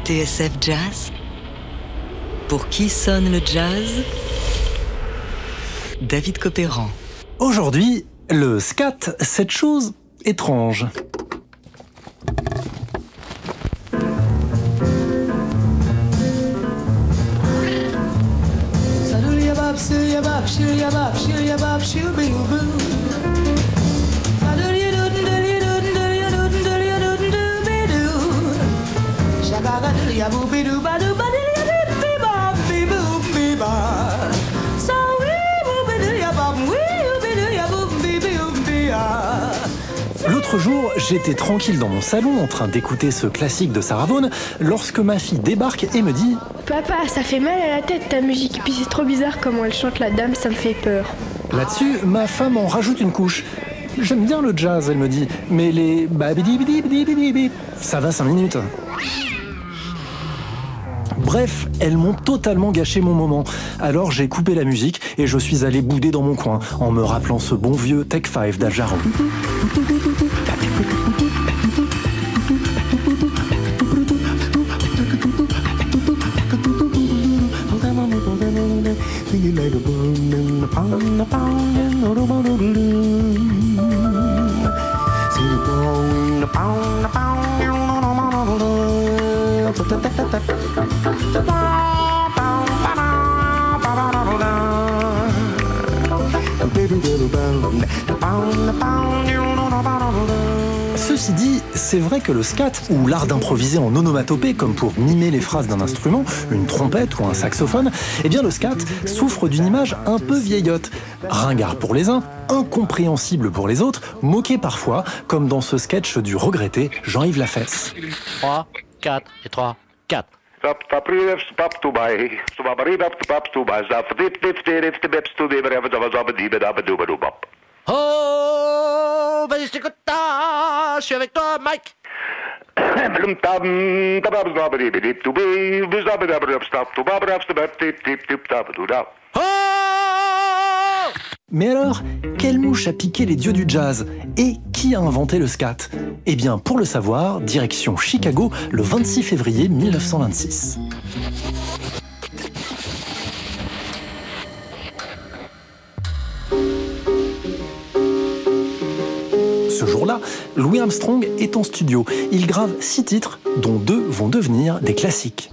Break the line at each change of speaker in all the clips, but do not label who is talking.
TSF Jazz. Pour qui sonne le jazz? David Copéran.
Aujourd'hui, le scat, cette chose étrange. L'autre jour, j'étais tranquille dans mon salon en train d'écouter ce classique de Sarah Vaughan lorsque ma fille débarque et me dit «
Papa, ça fait mal à la tête ta musique, puis c'est trop bizarre comment elle chante la dame, ça me fait peur. »
Là-dessus, ma femme en rajoute une couche. « J'aime bien le jazz, elle me dit, mais les babidi-bidi-bidi-bidi-bidi, ça va 5 minutes. » Bref, elles m'ont totalement gâché mon moment. Alors j'ai coupé la musique et je suis allé bouder dans mon coin en me rappelant ce bon vieux Take 5 d'Al Jarreau. Ceci dit, c'est vrai que le scat, ou l'art d'improviser en onomatopée comme pour mimer les phrases d'un instrument, une trompette ou un saxophone, eh bien le scat souffre d'une image un peu vieillotte. Ringard pour les uns, incompréhensible pour les autres, moqué parfois, comme dans ce sketch du regretté Jean-Yves Lafesse.
3, 4 et 3, 4. Oh, vas-y, c'est comme ça, je suis avec toi, Mike. Oh!
Mais alors, quelle mouche a piqué les dieux du jazz? Et qui a inventé le scat? Eh bien, pour le savoir, direction Chicago, le 26 février 1926. Ce jour-là, Louis Armstrong est en studio. Il grave 6 titres, dont 2 vont devenir des classiques.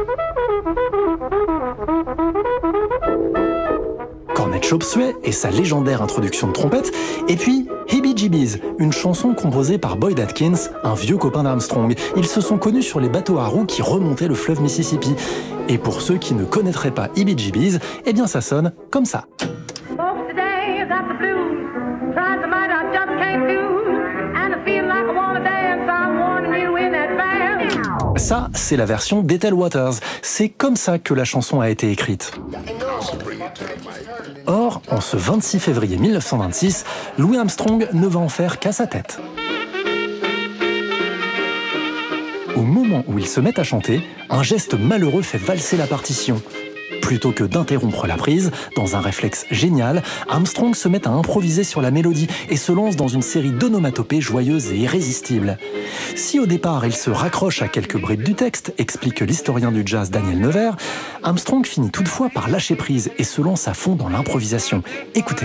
Cornet Chop Suey et sa légendaire introduction de trompette, et puis Heebie Jeebies, une chanson composée par Boyd Atkins, un vieux copain d'Armstrong. Ils se sont connus sur les bateaux à roues qui remontaient le fleuve Mississippi. Et pour ceux qui ne connaîtraient pas Heebie Jeebies, eh bien ça sonne comme ça. Ça, c'est la version d'Ethel Waters. C'est comme ça que la chanson a été écrite. Or, en ce 26 février 1926, Louis Armstrong ne va en faire qu'à sa tête. Au moment où ils se mettent à chanter, un geste malheureux fait valser la partition. Plutôt que d'interrompre la prise, dans un réflexe génial, Armstrong se met à improviser sur la mélodie et se lance dans une série d'onomatopées joyeuses et irrésistibles. Si au départ il se raccroche à quelques bribes du texte, explique l'historien du jazz Daniel Nevers, Armstrong finit toutefois par lâcher prise et se lance à fond dans l'improvisation. Écoutez.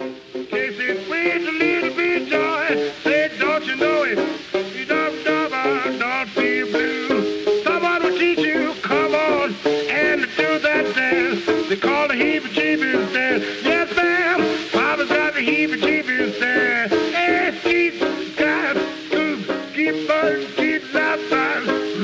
They call the heebie-jeebies dance. Yes, ma'am. Papa's got the heebie-jeebies dance. Hey, keep got to keep birds, keep outside.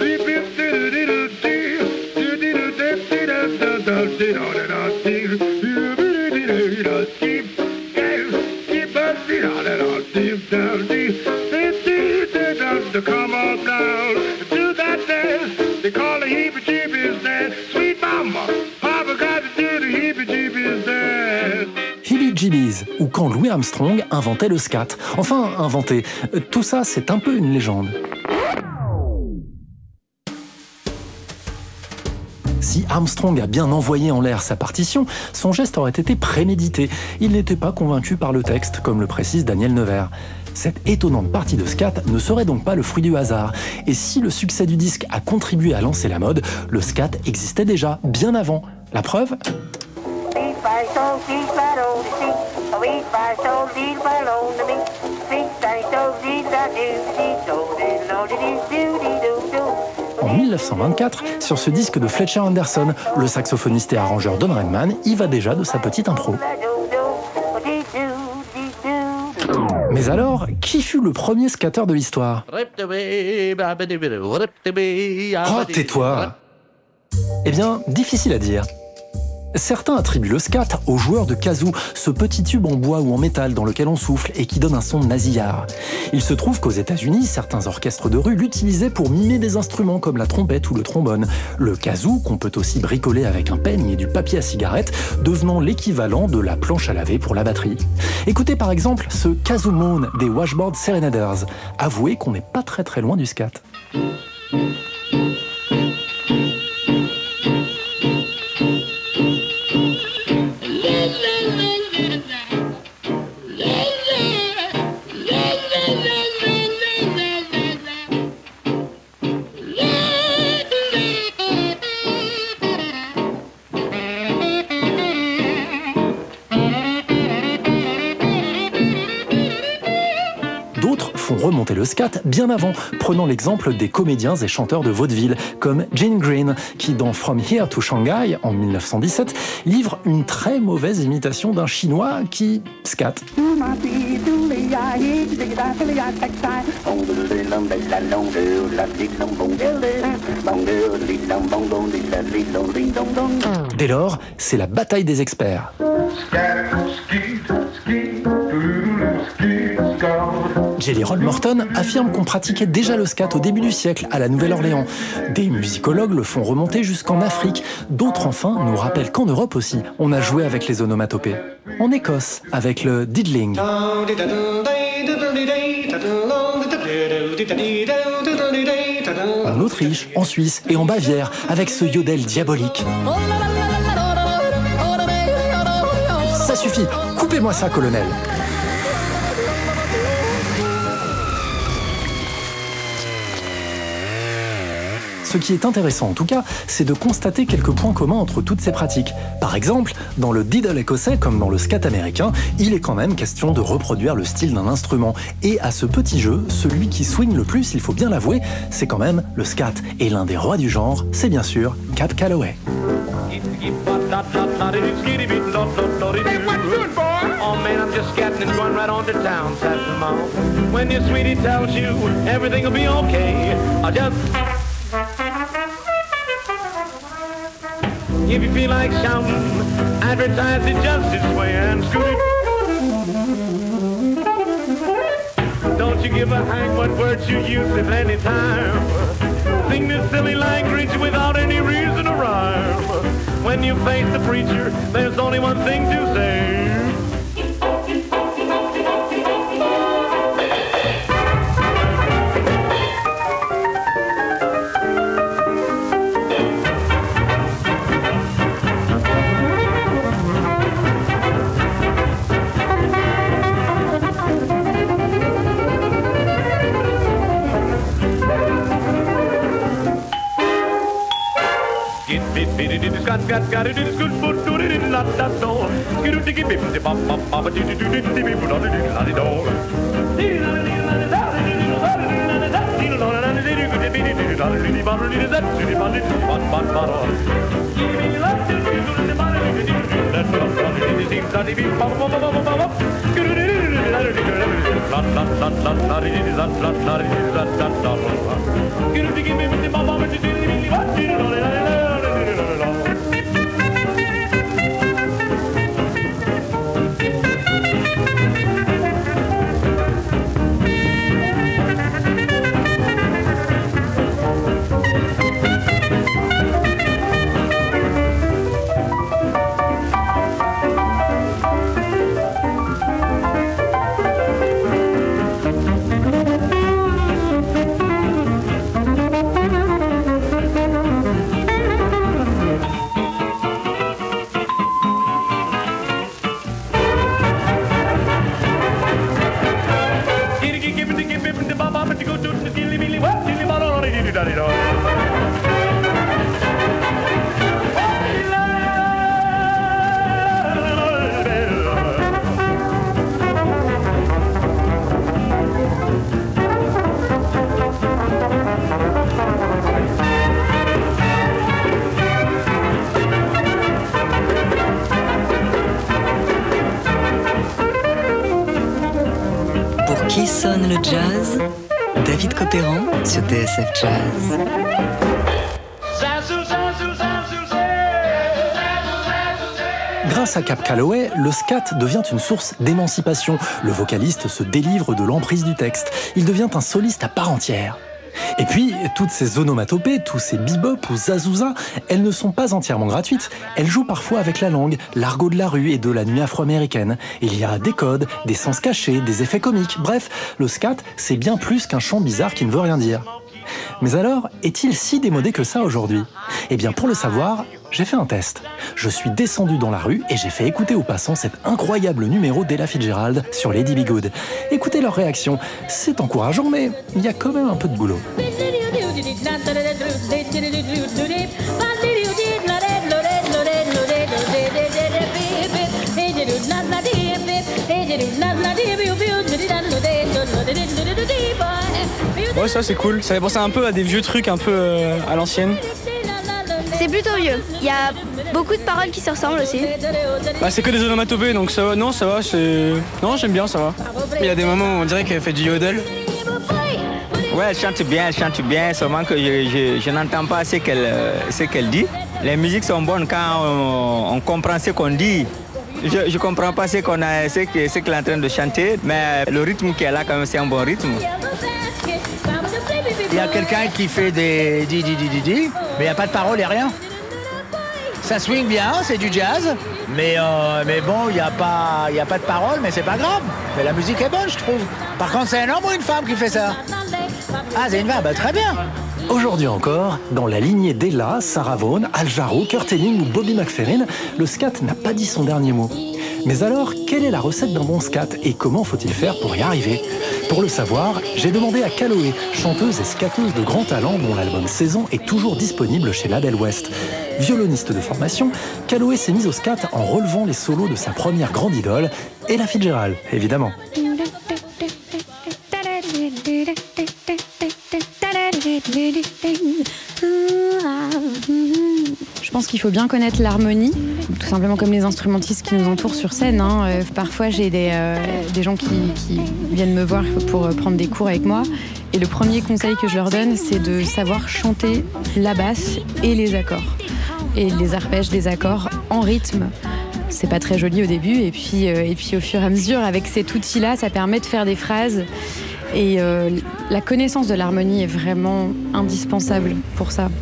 Come on down to that dance. They call the heebie-jeebies dance. Sweet mama, Papa got to do the heebie-jeebies dance.
Heebie-jeebies, ou quand Louis Armstrong inventait le scat. Enfin, inventé. Tout ça, c'est un peu une légende. Si Armstrong a bien envoyé en l'air sa partition, son geste aurait été prémédité. Il n'était pas convaincu par le texte, comme le précise Daniel Nevers. Cette étonnante partie de scat ne serait donc pas le fruit du hasard. Et si le succès du disque a contribué à lancer la mode, le scat existait déjà, bien avant. La preuve ? En 1924, sur ce disque de Fletcher Henderson, le saxophoniste et arrangeur Don Redman y va déjà de sa petite impro. Mais alors, qui fut le premier scatteur de l'histoire ? Oh, tais-toi ! Eh bien, difficile à dire. Certains attribuent le scat au joueur de kazoo, ce petit tube en bois ou en métal dans lequel on souffle et qui donne un son nasillard. Il se trouve qu'aux États-Unis, certains orchestres de rue l'utilisaient pour mimer des instruments comme la trompette ou le trombone. Le kazoo, qu'on peut aussi bricoler avec un peigne et du papier à cigarette, devenant l'équivalent de la planche à laver pour la batterie. Écoutez par exemple ce Kazoo Moan des Washboard Serenaders. Avouez qu'on n'est pas très loin du scat. Remonter le scat bien avant, prenant l'exemple des comédiens et chanteurs de vaudeville comme Gene Green, qui dans From Here to Shanghai en 1917 livre une très mauvaise imitation d'un chinois qui scatte. Dès lors, c'est la bataille des experts. Jelly Roll Morton affirme qu'on pratiquait déjà le scat au début du siècle à la Nouvelle-Orléans. Des musicologues le font remonter jusqu'en Afrique. D'autres enfin nous rappellent qu'en Europe aussi, on a joué avec les onomatopées. En Écosse, avec le diddling. En Autriche, en Suisse et en Bavière, avec ce yodel diabolique. Ça suffit, coupez-moi ça, colonel. Ce qui est intéressant en tout cas, c'est de constater quelques points communs entre toutes ces pratiques. Par exemple, dans le diddle écossais comme dans le scat américain, il est quand même question de reproduire le style d'un instrument. Et à ce petit jeu, celui qui swing le plus, il faut bien l'avouer, c'est quand même le scat. Et l'un des rois du genre, c'est bien sûr Cab Calloway. Oh man, I'm just scatting and going right on to town, Mom. When your sweetie tells you everything will be okay, I'll just... If you feel like shouting, advertise it just this way and scoot it. Don't you give a hang what words you use at any time. Sing this silly language without any reason or rhyme. When you face the preacher, there's only one thing to say. Got it, it's good for do it in la da do. Get it, diggy bim, de bop bop bop, do do do do do bim, la da do.
Qui sonne le jazz? David Copéran sur TSF Jazz.
Grâce à Cab Calloway, le scat devient une source d'émancipation. Le vocaliste se délivre de l'emprise du texte. Il devient un soliste à part entière. Et puis, toutes ces onomatopées, tous ces bebop ou zazouza, elles ne sont pas entièrement gratuites. Elles jouent parfois avec la langue, l'argot de la rue et de la nuit afro-américaine. Il y a des codes, des sens cachés, des effets comiques. Bref, le scat, c'est bien plus qu'un chant bizarre qui ne veut rien dire. Mais alors, est-il si démodé que ça aujourd'hui? Eh bien, pour le savoir, j'ai fait un test. Je suis descendu dans la rue et j'ai fait écouter aux passants cet incroyable numéro d'Ella Fitzgerald sur Lady Be Good. Écoutez leur réaction. C'est encourageant, mais il y a quand même un peu de boulot.
Ouais, ça c'est cool. Ça fait penser un peu à des vieux trucs un peu à l'ancienne.
C'est plutôt vieux. Il y a beaucoup de paroles qui se ressemblent aussi.
Bah, c'est que des onomatopées, donc ça va. Non, ça va. Non, j'aime bien, ça va. Il y a des moments où on dirait qu'elle fait du yodel.
Ouais, elle chante bien, seulement que je n'entends pas ce qu'elle dit. Les musiques sont bonnes quand on comprend ce qu'on dit. Je comprends pas ce qu'elle est en train de chanter, mais le rythme qu'elle a quand même, c'est un bon rythme.
Il y a quelqu'un qui fait des di, mais il n'y a pas de parole et rien. Ça swing bien, c'est du jazz, mais bon, il n'y a pas de parole, mais c'est pas grave. Mais la musique est bonne, je trouve. Par contre, c'est un homme ou une femme qui fait ça? Ah, c'est une femme, bah, très bien.
Aujourd'hui encore, dans la lignée d'Ella, Sarah Vaughan, Al Jarreau, Kurt Elling ou Bobby McFerrin, le scat n'a pas dit son dernier mot. Mais alors, quelle est la recette d'un bon scat et comment faut-il faire pour y arriver? Pour le savoir, j'ai demandé à Calloway, chanteuse et scatteuse de grand talent dont l'album Saison est toujours disponible chez Label West. Violoniste de formation, Calloway s'est mise au scat en relevant les solos de sa première grande idole, Ella Fitzgerald, évidemment.
Je pense qu'il faut bien connaître l'harmonie, tout simplement comme les instrumentistes qui nous entourent sur scène. Parfois, j'ai des gens qui viennent me voir pour prendre des cours avec moi. Et le premier conseil que je leur donne, c'est de savoir chanter la basse et les accords. Et les arpèges des accords en rythme. C'est pas très joli au début. Et puis au fur et à mesure, avec cet outil-là, ça permet de faire des phrases. Et la connaissance de l'harmonie est vraiment indispensable pour ça.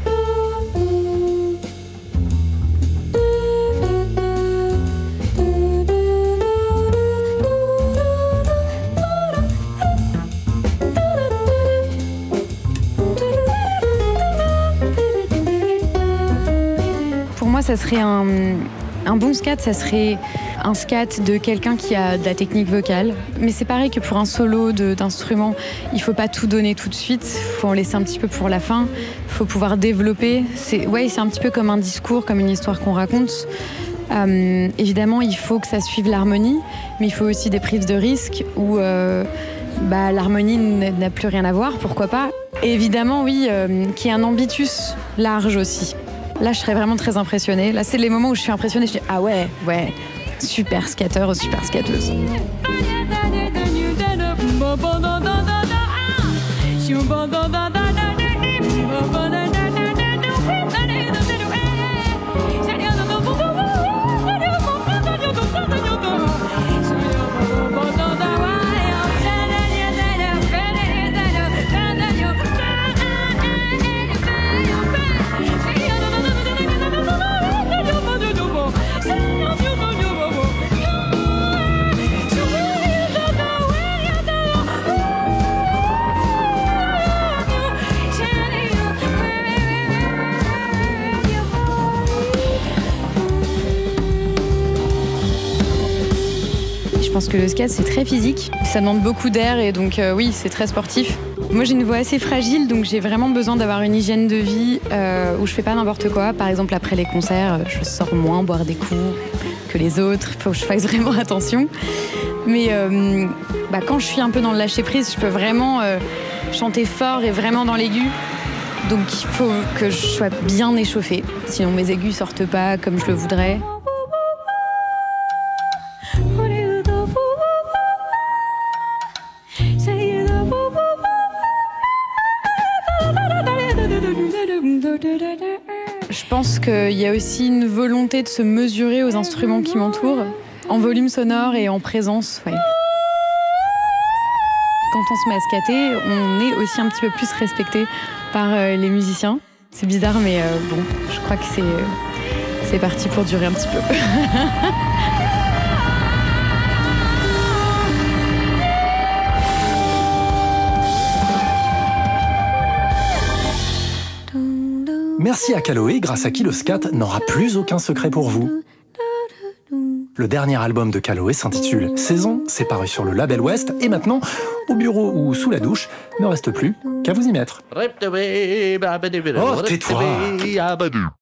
Pour moi, ça serait un bon scat, ça serait un scat de quelqu'un qui a de la technique vocale. Mais c'est pareil que pour un solo d'instrument, il ne faut pas tout donner tout de suite, il faut en laisser un petit peu pour la fin, il faut pouvoir développer. C'est un petit peu comme un discours, comme une histoire qu'on raconte. Évidemment, il faut que ça suive l'harmonie, mais il faut aussi des prises de risque où l'harmonie n'a plus rien à voir, pourquoi pas. Et évidemment, oui, qu'il y ait un ambitus large aussi. Là, je serais vraiment très impressionnée. Là, c'est les moments où je suis impressionnée. Je dis, ah ouais, super scatteur, super scatteuse. Je pense que le scat, c'est très physique. Ça demande beaucoup d'air et donc oui, c'est très sportif. Moi, j'ai une voix assez fragile, donc j'ai vraiment besoin d'avoir une hygiène de vie où je fais pas n'importe quoi. Par exemple, après les concerts, je sors moins boire des coups que les autres. Il faut que je fasse vraiment attention. Mais quand je suis un peu dans le lâcher-prise, je peux vraiment chanter fort et vraiment dans l'aigu. Donc il faut que je sois bien échauffée, sinon mes aigus sortent pas comme je le voudrais. Je pense qu'il y a aussi une volonté de se mesurer aux instruments qui m'entourent, en volume sonore et en présence. Ouais. Quand on se met à skater, on est aussi un petit peu plus respecté par les musiciens. C'est bizarre, mais bon, je crois que c'est parti pour durer un petit peu.
Merci à Calloway, grâce à qui le scat n'aura plus aucun secret pour vous. Le dernier album de Calloway s'intitule Saison, c'est paru sur le label West, et maintenant, au bureau ou sous la douche, ne reste plus qu'à vous y mettre. Oh, tais-toi!